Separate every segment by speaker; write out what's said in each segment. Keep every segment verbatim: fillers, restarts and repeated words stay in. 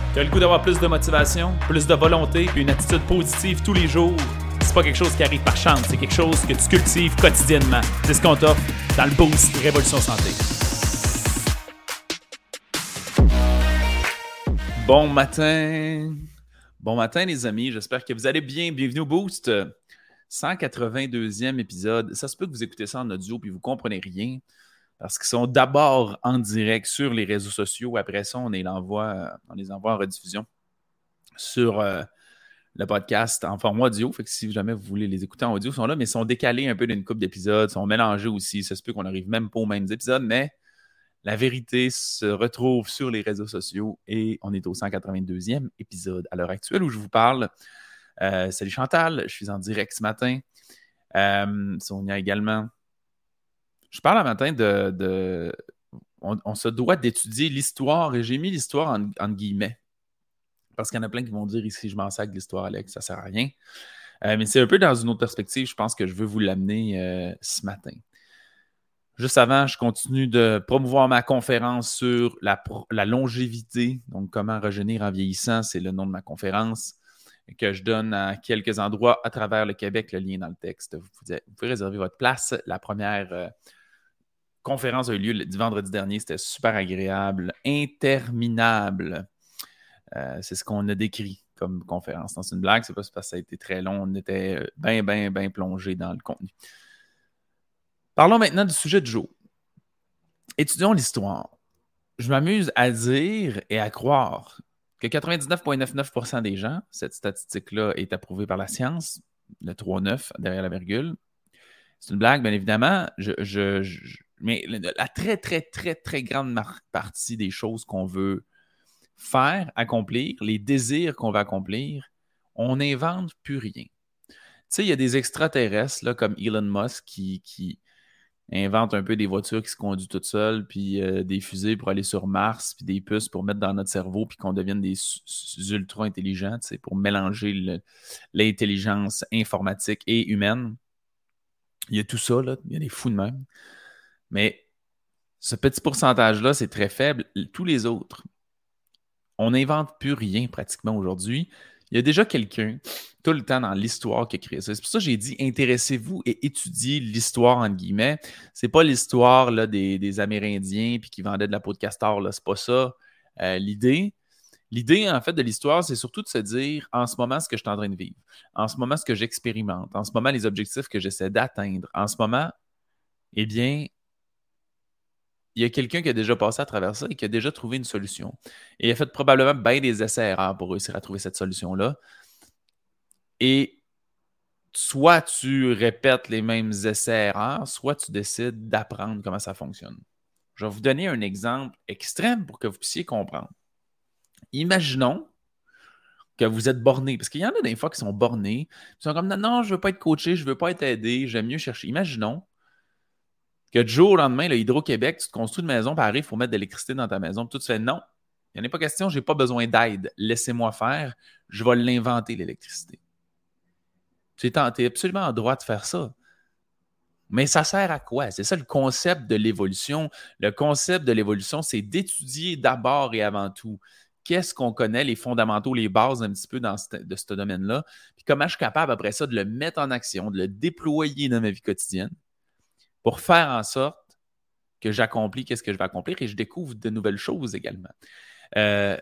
Speaker 1: Tu as le goût d'avoir plus de motivation, plus de volonté, puis une attitude positive tous les jours. C'est pas quelque chose qui arrive par chance, c'est quelque chose que tu cultives quotidiennement. C'est ce qu'on t'offre dans le Boost Révolution Santé. Bon matin! Bon matin les amis, j'espère que vous allez bien. Bienvenue au Boost, cent quatre-vingt-deuxième épisode. Ça se peut que vous écoutez ça en audio puis vous ne comprenez rien parce qu'ils sont d'abord en direct sur les réseaux sociaux. Après ça, on les envoie, on les envoie en rediffusion sur euh, le podcast en format audio. Fait que si jamais vous voulez les écouter en audio, ils sont là, mais ils sont décalés un peu d'une couple d'épisodes, ils sont mélangés aussi. Ça se peut qu'on n'arrive même pas aux mêmes épisodes, mais la vérité se retrouve sur les réseaux sociaux et on est au cent quatre-vingt-deuxième épisode à l'heure actuelle où je vous parle. Euh, salut Chantal, je suis en direct ce matin. Euh, Sonia également. Je parle un matin de... de on, on se doit d'étudier l'histoire et j'ai mis l'histoire en, en guillemets. Parce qu'il y en a plein qui vont dire ici, je m'en sac de l'histoire, Alex, ça ne sert à rien. Euh, mais c'est un peu dans une autre perspective, je pense que je veux vous l'amener euh, ce matin. Juste avant, je continue de promouvoir ma conférence sur la, la longévité, donc comment rajeunir en vieillissant, c'est le nom de ma conférence que je donne à quelques endroits à travers le Québec, le lien dans le texte. Vous pouvez, vous pouvez réserver votre place. La première euh, conférence a eu lieu le vendredi dernier, c'était super agréable, interminable. Euh, c'est ce qu'on a décrit comme conférence. C'est une blague, c'est pas parce que ça a été très long, on était bien, bien, bien plongé dans le contenu. Parlons maintenant du sujet du jour. Étudions l'histoire. Je m'amuse à dire et à croire que quatre-vingt-dix-neuf virgule quatre-vingt-dix-neuf pour cent des gens, cette statistique-là est approuvée par la science, le trois neuf derrière la virgule. C'est une blague, bien évidemment, je, je, je, mais la très, très, très, très grande mar- partie des choses qu'on veut faire, accomplir, les désirs qu'on veut accomplir, on n'invente plus rien. Tu sais, il y a des extraterrestres là, comme Elon Musk qui... qui invente un peu des voitures qui se conduisent toutes seules, puis euh, des fusées pour aller sur Mars, puis des puces pour mettre dans notre cerveau, puis qu'on devienne des ultra-intelligents, tu sais, pour mélanger le, l'intelligence informatique et humaine. Il y a tout ça, là. Il y a des fous de même. Mais ce petit pourcentage-là, c'est très faible. Tous les autres, on n'invente plus rien pratiquement aujourd'hui. Il y a déjà quelqu'un tout le temps dans l'histoire qui a créé ça. C'est pour ça que j'ai dit intéressez-vous et étudiez l'histoire, entre guillemets. C'est pas l'histoire là, des, des Amérindiens puis qui vendaient de la peau de castor. Là. C'est pas ça euh, l'idée. L'idée, en fait, de l'histoire, c'est surtout de se dire en ce moment ce que je suis en train de vivre, en ce moment ce que j'expérimente, en ce moment les objectifs que j'essaie d'atteindre. En ce moment, eh bien, il y a quelqu'un qui a déjà passé à travers ça et qui a déjà trouvé une solution. Et il a fait probablement bien des essais-erreurs pour réussir à trouver cette solution-là. Et soit tu répètes les mêmes essais-erreurs, soit tu décides d'apprendre comment ça fonctionne. Je vais vous donner un exemple extrême pour que vous puissiez comprendre. Imaginons que vous êtes borné, parce qu'il y en a des fois qui sont bornés, qui sont comme « Non, non, je ne veux pas être coaché, je ne veux pas être aidé, j'aime mieux chercher. » Imaginons que du jour au lendemain, le Hydro-Québec, tu te construis une maison, puis arrive, il faut mettre de l'électricité dans ta maison, puis toi, tu fais « Non, il n'y en a pas question, je n'ai pas besoin d'aide, laissez-moi faire, je vais l'inventer, l'électricité. » Tu es absolument en droit de faire ça. Mais ça sert à quoi? C'est ça le concept de l'évolution. Le concept de l'évolution, c'est d'étudier d'abord et avant tout qu'est-ce qu'on connaît, les fondamentaux, les bases un petit peu dans ce, de ce domaine-là, puis comment je suis capable après ça de le mettre en action, de le déployer dans ma vie quotidienne pour faire en sorte que j'accomplis qu'est-ce que je vais accomplir et je découvre de nouvelles choses également. Euh,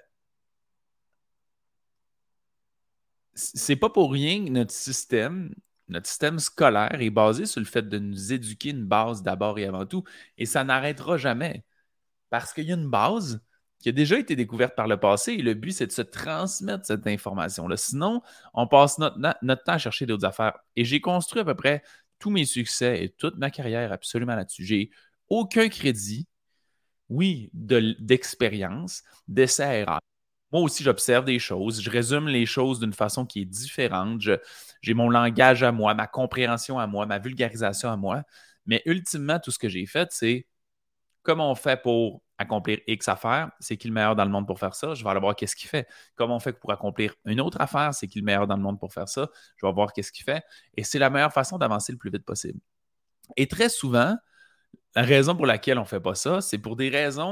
Speaker 1: c'est pas pour rien que notre système, notre système scolaire est basé sur le fait de nous éduquer une base d'abord et avant tout. Et ça n'arrêtera jamais. Parce qu'il y a une base qui a déjà été découverte par le passé et le but, c'est de se transmettre cette information-là. Sinon, on passe notre, notre temps à chercher d'autres affaires. Et j'ai construit à peu près tous mes succès et toute ma carrière absolument là-dessus. J'ai aucun crédit, oui, de, d'expérience, d'essai-erreur. Moi aussi, j'observe des choses, je résume les choses d'une façon qui est différente. Je, j'ai mon langage à moi, ma compréhension à moi, ma vulgarisation à moi. Mais ultimement, tout ce que j'ai fait, c'est comment on fait pour accomplir X affaire, c'est qui le meilleur dans le monde pour faire ça? Je vais aller voir qu'est-ce qu'il fait. Comment on fait pour accomplir une autre affaire? C'est qui le meilleur dans le monde pour faire ça? Je vais voir qu'est-ce qu'il fait. Et c'est la meilleure façon d'avancer le plus vite possible. Et très souvent, la raison pour laquelle on ne fait pas ça, c'est pour des raisons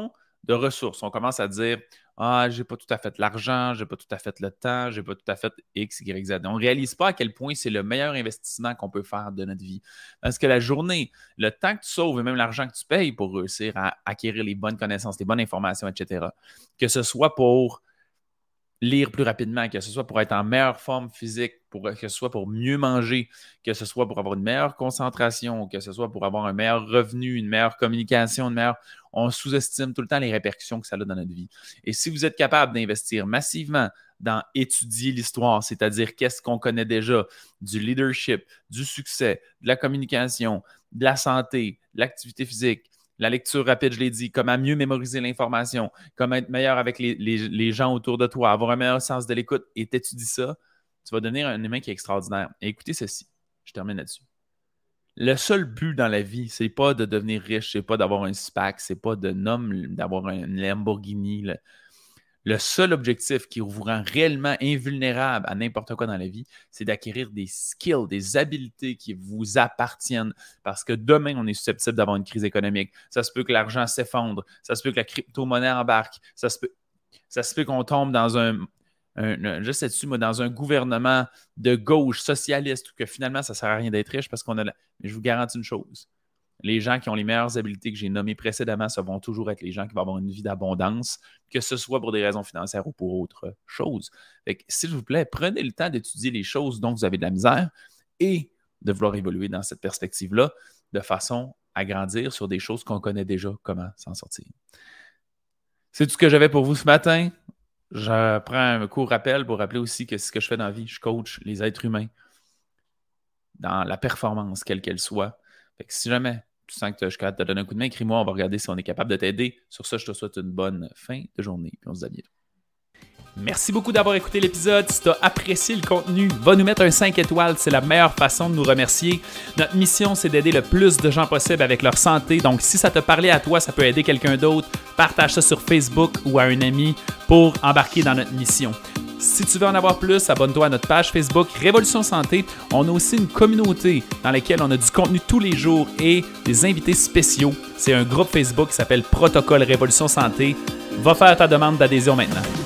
Speaker 1: de ressources. On commence à dire « Ah, j'ai pas tout à fait l'argent, j'ai pas tout à fait le temps, j'ai pas tout à fait X, Y, Z. » On ne réalise pas à quel point c'est le meilleur investissement qu'on peut faire de notre vie. Parce que la journée, le temps que tu sauves et même l'argent que tu payes pour réussir à acquérir les bonnes connaissances, les bonnes informations, et cetera, que ce soit pour lire plus rapidement, que ce soit pour être en meilleure forme physique, pour, que ce soit pour mieux manger, que ce soit pour avoir une meilleure concentration, que ce soit pour avoir un meilleur revenu, une meilleure communication, une meilleure... On sous-estime tout le temps les répercussions que ça a dans notre vie. Et si vous êtes capable d'investir massivement dans étudier l'histoire, c'est-à-dire qu'est-ce qu'on connaît déjà, du leadership, du succès, de la communication, de la santé, de l'activité physique, la lecture rapide, je l'ai dit, comment mieux mémoriser l'information, comment être meilleur avec les, les, les gens autour de toi, avoir un meilleur sens de l'écoute, et t'étudies ça, tu vas devenir un humain qui est extraordinaire. Et écoutez ceci, je termine là-dessus. Le seul but dans la vie, c'est pas de devenir riche, c'est pas d'avoir un SPAC, c'est pas de nommer, d'avoir un Lamborghini. Le, le seul objectif qui vous rend réellement invulnérable à n'importe quoi dans la vie, c'est d'acquérir des skills, des habiletés qui vous appartiennent. Parce que demain, on est susceptible d'avoir une crise économique. Ça se peut que l'argent s'effondre, ça se peut que la crypto-monnaie embarque, ça se peut, ça se peut qu'on tombe dans un... Un, un, je sais dessus, moi, dans un gouvernement de gauche, socialiste, ou que finalement, ça ne sert à rien d'être riche parce qu'on a la... Mais je vous garantis une chose. Les gens qui ont les meilleures habiletés que j'ai nommées précédemment, ça vont toujours être les gens qui vont avoir une vie d'abondance, que ce soit pour des raisons financières ou pour autre chose. Fait que, s'il vous plaît, prenez le temps d'étudier les choses dont vous avez de la misère et de vouloir évoluer dans cette perspective-là de façon à grandir sur des choses qu'on connaît déjà, comment s'en sortir. C'est tout ce que j'avais pour vous ce matin. Je prends un court rappel pour rappeler aussi que ce que je fais dans la vie, je coach les êtres humains dans la performance, quelle qu'elle soit. Fait que si jamais tu sens que je suis capable de te donner un coup de main, écris-moi, on va regarder si on est capable de t'aider. Sur ça, je te souhaite une bonne fin de journée. Puis on se dit à bientôt. Merci beaucoup d'avoir écouté l'épisode. Si tu as apprécié le contenu, va nous mettre un cinq étoiles. C'est la meilleure façon de nous remercier. Notre mission, c'est d'aider le plus de gens possible avec leur santé. Donc, si ça t'a parlé à toi, ça peut aider quelqu'un d'autre. Partage ça sur Facebook ou à un ami pour embarquer dans notre mission. Si tu veux en avoir plus, abonne-toi à notre page Facebook Révolution Santé. On a aussi une communauté dans laquelle on a du contenu tous les jours et des invités spéciaux. C'est un groupe Facebook qui s'appelle Protocole Révolution Santé. Va faire ta demande d'adhésion maintenant.